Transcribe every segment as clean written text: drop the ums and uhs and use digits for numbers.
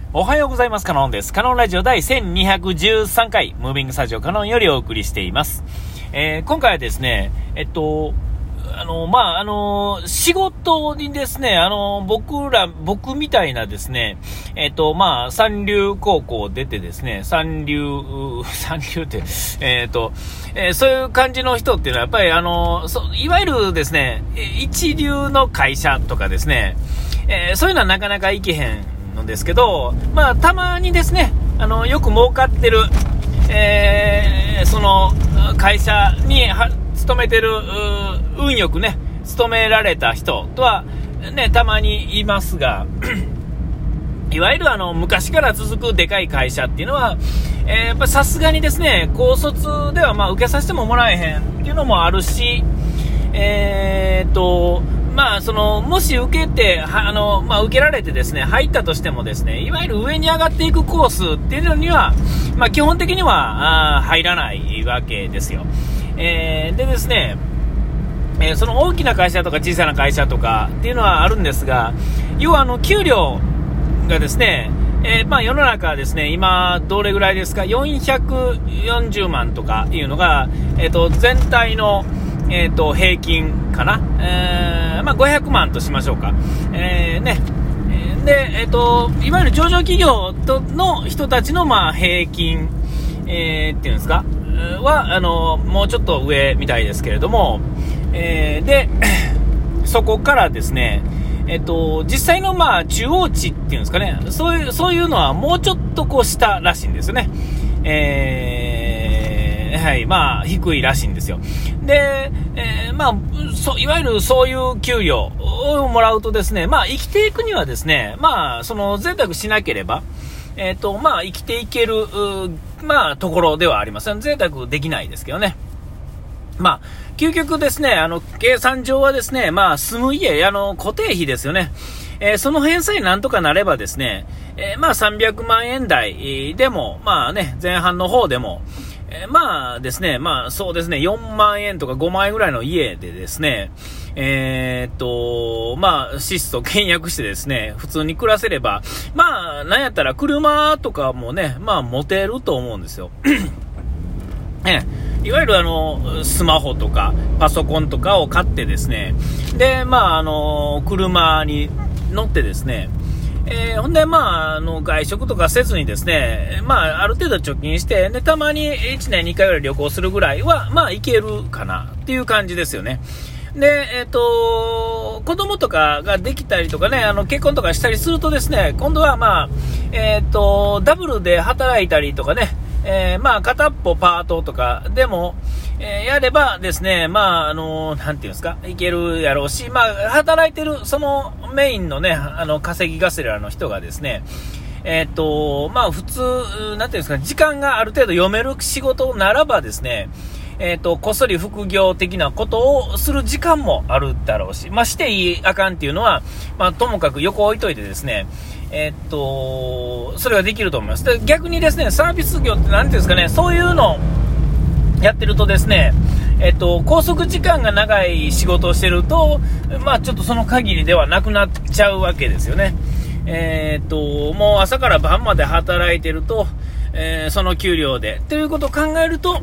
おはようございます。カノンです。カノンラジオ第1213回、ムービングスタジオカノンよりお送りしています。今回はですね、仕事にですね、僕みたいなですね、三流高校出てですね、三流って、そういう感じの人っていうのは、やっぱりいわゆるですね、一流の会社とかですね、そういうのはなかなか行けへんのですけど、たまにですね、よく儲かってる、その会社に勤めてる運よくね勤められた人とはねたまにいますがいわゆる昔から続くでかい会社っていうのは、やっぱさすがにですね高卒では受けさせてもらえへんっていうのもあるし、もし受けて受けられてですね入ったとしてもですねいわゆる上に上がっていくコースっていうのには、基本的には入らないわけですよ。でですね、その大きな会社とか小さな会社とかっていうのはあるんですが、要は給料がですね、世の中ですね今どれぐらいですか、440万とかいうのが、全体の平均かな、500万としましょうか。で、いわゆる上場企業の人たちの平均、っていうんですかはもうちょっと上みたいですけれども、でそこからですね、実際の中央値っていうんですかね、そういうのはもうちょっと下らしいんですよね。低いらしいんですよ。で、いわゆるそういう給料をもらうとですね、生きていくにはですね、贅沢しなければ、生きていける、ところではありません。贅沢できないですけどね。究極ですね、計算上はですね、住む家、固定費ですよね。その辺さえなんとかなればですね、300万円台でも、前半の方でも、ですね、そうですね、4万円とか5万円ぐらいの家でですね、質素倹約してですね、普通に暮らせれば、なんやったら車とかもね、持てると思うんですよ。いわゆるスマホとかパソコンとかを買ってですね、で、車に乗ってですね、ほんで外食とかせずにですね、ある程度貯金して、でたまに1年2回ぐらい旅行するぐらいは行けるかなっていう感じですよね。で、子供とかができたりとかね、結婚とかしたりするとですね、今度はダブルで働いたりとかね、片っぽパートとかでも、やればですね、なんていうんですか、いけるやろうし、働いてる、そのメインのね、稼ぎ頭の人がですね、普通、なんていうんですか、時間がある程度読める仕事ならばですね、こっそり副業的なことをする時間もあるだろうし、していいあかんっていうのは、ともかく横置いといてですね、それができると思います。で、逆にですね、サービス業ってなんていうんですかね、そういうのやってるとですね、拘束時間が長い仕事をしてると、ちょっとその限りではなくなっちゃうわけですよね。もう朝から晩まで働いてると、その給料でということを考えると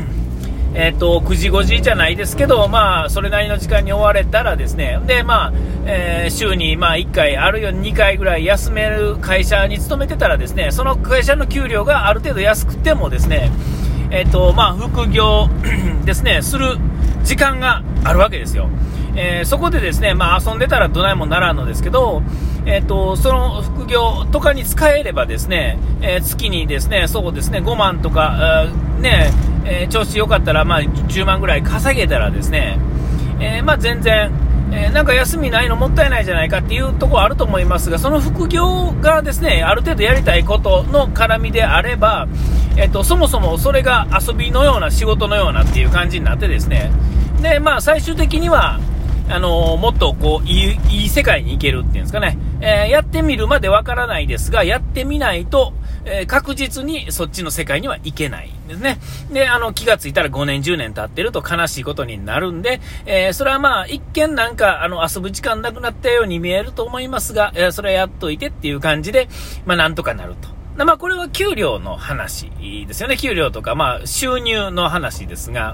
9時5時じゃないですけど、それなりの時間に追われたらですね、で、週に1回あるいは2回ぐらい休める会社に勤めてたらですね、その会社の給料がある程度安くてもですね、副業ですね、する時間があるわけですよ。そこでですね、遊んでたらどないもならんのですけど、その副業とかに使えればですね、月にですね、そうですね、5万とか、調子良かったら10万ぐらい稼げたらですね、全然、なんか休みないのもったいないじゃないかっていうところあると思いますが、その副業がですね、ある程度やりたいことの絡みであれば、そもそもそれが遊びのような仕事のようなっていう感じになってですね、で、最終的にはもっといい世界に行けるっていうんですかね、やってみるまでわからないですが、やってみないと、 確実にそっちの世界には行けないんですね。で、気がついたら5年10年経ってると悲しいことになるんで、それはまあ一見なんか遊ぶ時間なくなったように見えると思いますが、それはやっといてっていう感じで、まあなんとかなると。まあこれは給料の話ですよね。給料とかまあ収入の話ですが、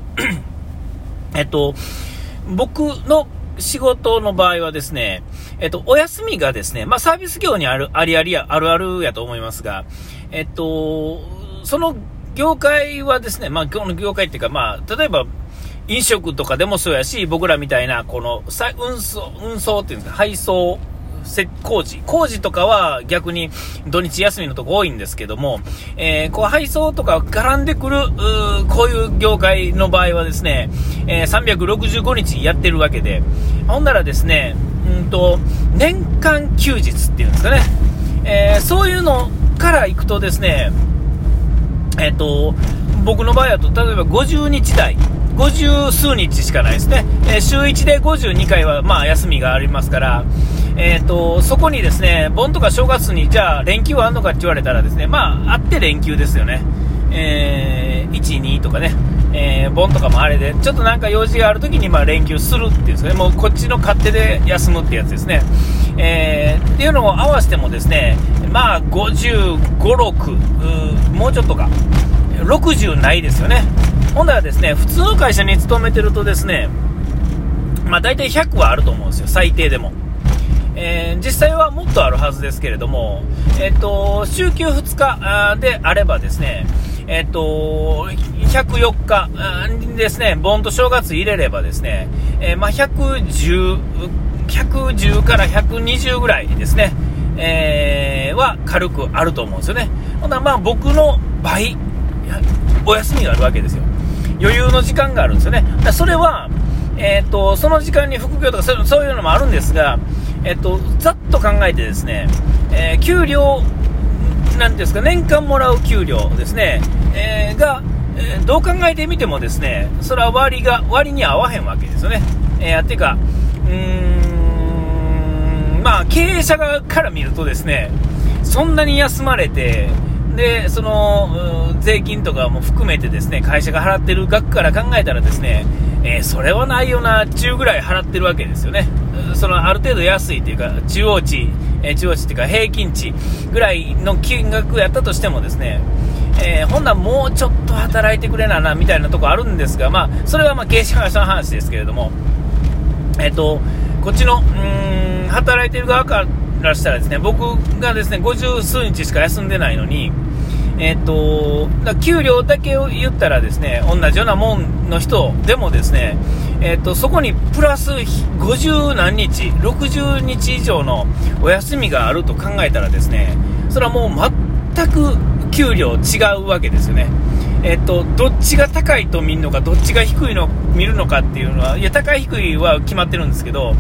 僕の仕事の場合はですね、お休みがですね、まあサービス業にあるあるやと思いますが、その業界はですね、まあこの業界っていうか、まあ例えば飲食とかでもそうやし、僕らみたいなこの運送っていうんですか、配送工事とかは逆に土日休みのとこ多いんですけども、こう配送とか絡んでくるこういう業界の場合はですね、365日やってるわけで、ほんならですね、年間休日っていうんですかね、そういうのからいくとですね、僕の場合だと例えば50日台50数日しかないですね、週1で52回はまあ休みがありますから、そこにですね、盆とか正月にじゃあ連休あんのかって言われたらですね、まああって連休ですよね。1、2とかね、盆とかもあれでちょっとなんか用事があるときにまあ連休するっていうんですね、もうこっちの勝手で休むってやつですね。っていうのを合わせてもですね、まあ55、6もうちょっとか60ないですよね。ほんならですね、普通の会社に勤めてるとですね、まあ大体100はあると思うんですよ、最低でも。実際はもっとあるはずですけれども、週休2日であればですね、104日にですね、盆と正月入れればですね、まあ110から120ぐらいですね、は軽くあると思うんですよね。ほんならまあ僕の倍お休みがあるわけですよ。余裕の時間があるんですよね。それはその時間に副業とかそういうのもあるんですが、ざっと考えてですね、給料なんですか、年間もらう給料ですね、が、どう考えてみてもですね、それは割に合わへんわけですよね。っていうか、まあ経営者側から見るとですね、そんなに休まれて、でその税金とかも含めてですね、会社が払ってる額から考えたらですね、それはないよな10ぐらい払ってるわけですよね。そのある程度安いというか中央値っていうか平均値ぐらいの金額やったとしてもですね、ほんならもうちょっと働いてくれなみたいなとこあるんですが、まあそれはまあ経営者の話ですけれども、こっちの働いてる側からしたらですね、僕がですね50数日しか休んでないのに、給料だけを言ったらですね、同じようなもんの人でもですね、そこにプラス50何日60日以上のお休みがあると考えたらですね、それはもう全く給料違うわけですよね。どっちが高いと見るのか、どっちが低いの見るのかっていうのは、いや高い低いは決まってるんですけど、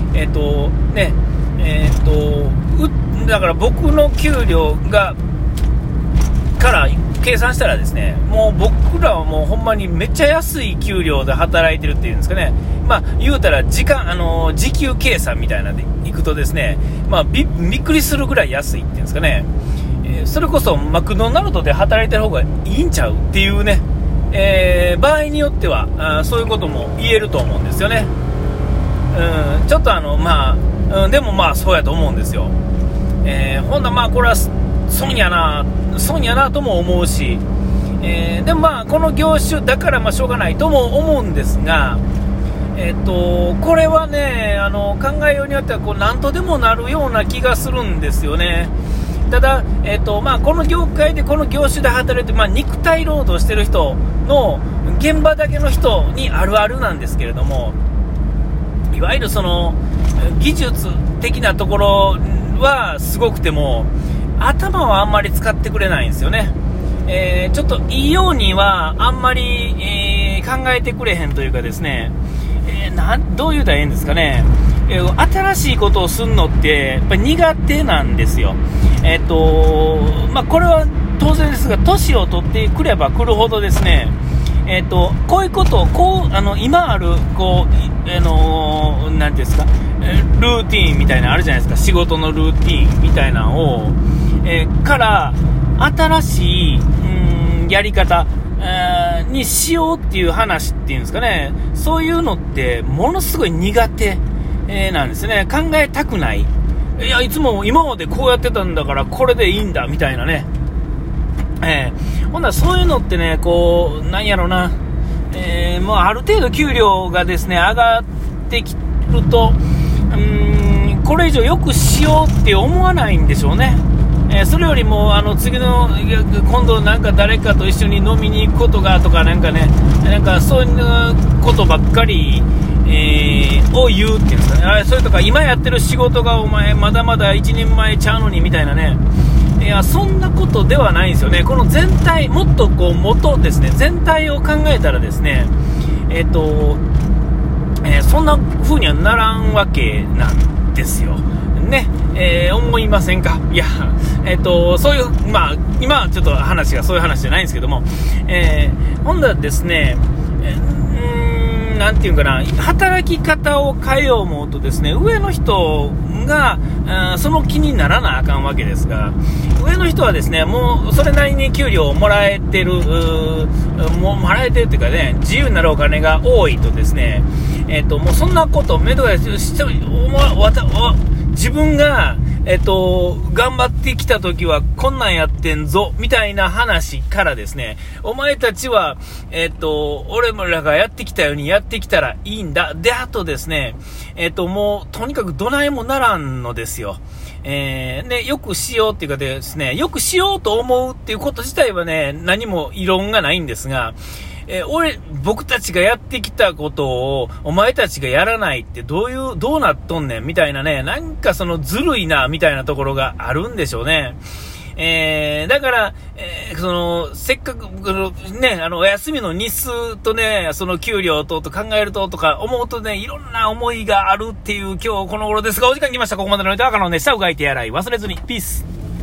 だから僕の給料がから計算したらですね、もう僕らはもうほんまにめっちゃ安い給料で働いてるっていうんですかね。まあ言うたら時給計算みたいなんでいくとですね、まあびっくりするぐらい安いっていうんですかね。それこそマクドナルドで働いてる方がいいんちゃうっていうね、場合によってはそういうことも言えると思うんですよね。ちょっとでもまあそうやと思うんですよ。ほんなまあこれは損やなとも思うし、でもまあこの業種だからまあしょうがないとも思うんですが、これはね考えようによってはこう何とでもなるような気がするんですよね。ただ、まあ、この業界でこの業種で働いて、まあ、肉体労働してる人の現場だけの人にあるあるなんですけれども、いわゆるその技術的なところはすごくても頭はあんまり使ってくれないんですよね。ちょっといいようにはあんまり、考えてくれへんというかですね、どう言うたらいいんですかね、新しいことをするのってやっぱり苦手なんですよ。まあ、これは当然ですが、年を取ってくればくるほどですね、こういうことを今あるなんていうんですか、ルーティーンみたいなのあるじゃないですか。仕事のルーティーンみたいなのを、から新しい、やり方、にしようっていう話っていうんですかね、そういうのってものすごい苦手、なんですね。考えたくない。いや、いつも今までこうやってたんだからこれでいいんだみたいなね。ほんならそういうのってね、こう、なんやろな、もうある程度給料がですね、上がってきると、これ以上良くしようって思わないんでしょうね。それよりも次の今度なんか誰かと一緒に飲みに行くことがとかなんかね、なんかそういうことばっかり、を言うっていうんですかね。それとか今やってる仕事がお前まだまだ一人前ちゃうのにみたいなね。いや、そんなことではないんですよね。この全体、もっとこう元ですね、全体を考えたらですね、そんな風にはならんわけなんですよね。思いませんか？いや、そういう、まあ今はちょっと話がそういう話じゃないんですけども、ほんだらですね、なんていうかな、働き方を変えよう思うとですね、上の人がその気にならなあかんわけですが、上の人はですね、もうそれなりに給料をもらえてる、もらえてるっていうかね、自由になるお金が多いとですね、もうそんなことめどが自分が頑張ってきた時はこんなんやってんぞみたいな話からですね、お前たちは俺らがやってきたようにやってきたらいいんだで、あとですね、もうとにかくどないもならんのですよ。でよくしようっていうかですね、よくしようと思うっていうこと自体はね、何も異論がないんですが、僕たちがやってきたことをお前たちがやらないってどうなっとんねんみたいなね、なんかそのずるいなみたいなところがあるんでしょうね。だから、せっかくね、お休みの日数とね、その給料と考えるととか思うとね、いろんな思いがあるっていう今日この頃ですが、お時間来ました。ここまでのおいて赤のね、下うがいてやらい忘れずに。ピース。